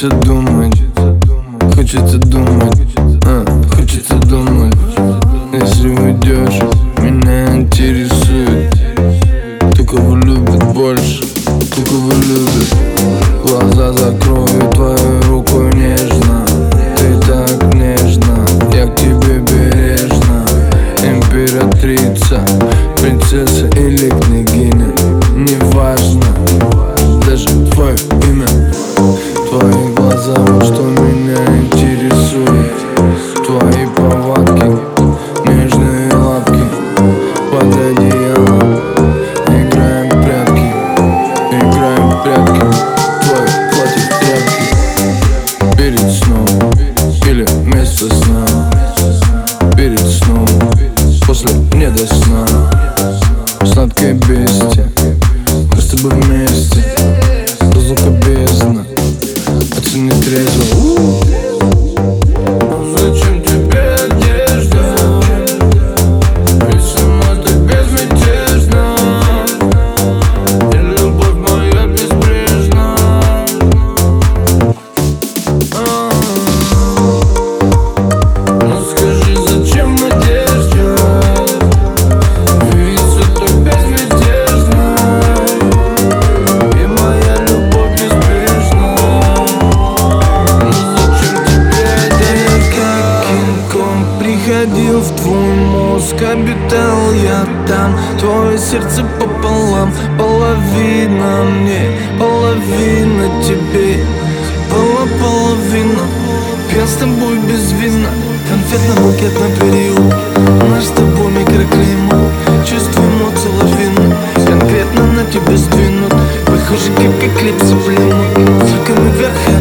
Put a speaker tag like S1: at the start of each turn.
S1: Хочется думать, хочется думать, хочется думать. Если уйдешь, меня интересует, кто кого любит больше, кто кого любит. Глаза закрою твою руку нежно, ты так нежна, я к тебе бережно. Императрица, принцесса или княгиня, неважно, даже твое имя. Твои глаза, вот что меня интересует. Твои повадки, нежные лапки под одеялом. Играем в прятки, играем в прятки. Твое платье тряпки. Перед сном или вместо сна. Перед сном, после не до сна. Сладкое бестия, мы с тобой вместе. Звука бездна, оцени трезво. Зачем тебе одежда? Ведь сама ты безмятежна, и любовь моя безбрежна. Ну скажи, зачем одежда? Ведь все так безмятежно, и моя любовь безбрежна. Ну зачем тебе одежда? Как Кинг-Конг приходил в твой мозг, обитал я там. Твое сердце пополам, половина мне, половина тебе. Половина, пьян с тобой без вина. Конфетно-букетный период, наш с тобой микроклимат. Чувствую эмоции лавину, конкретно на тебя сдвинут. Похоже, как эклипсы в лиму, руками вверх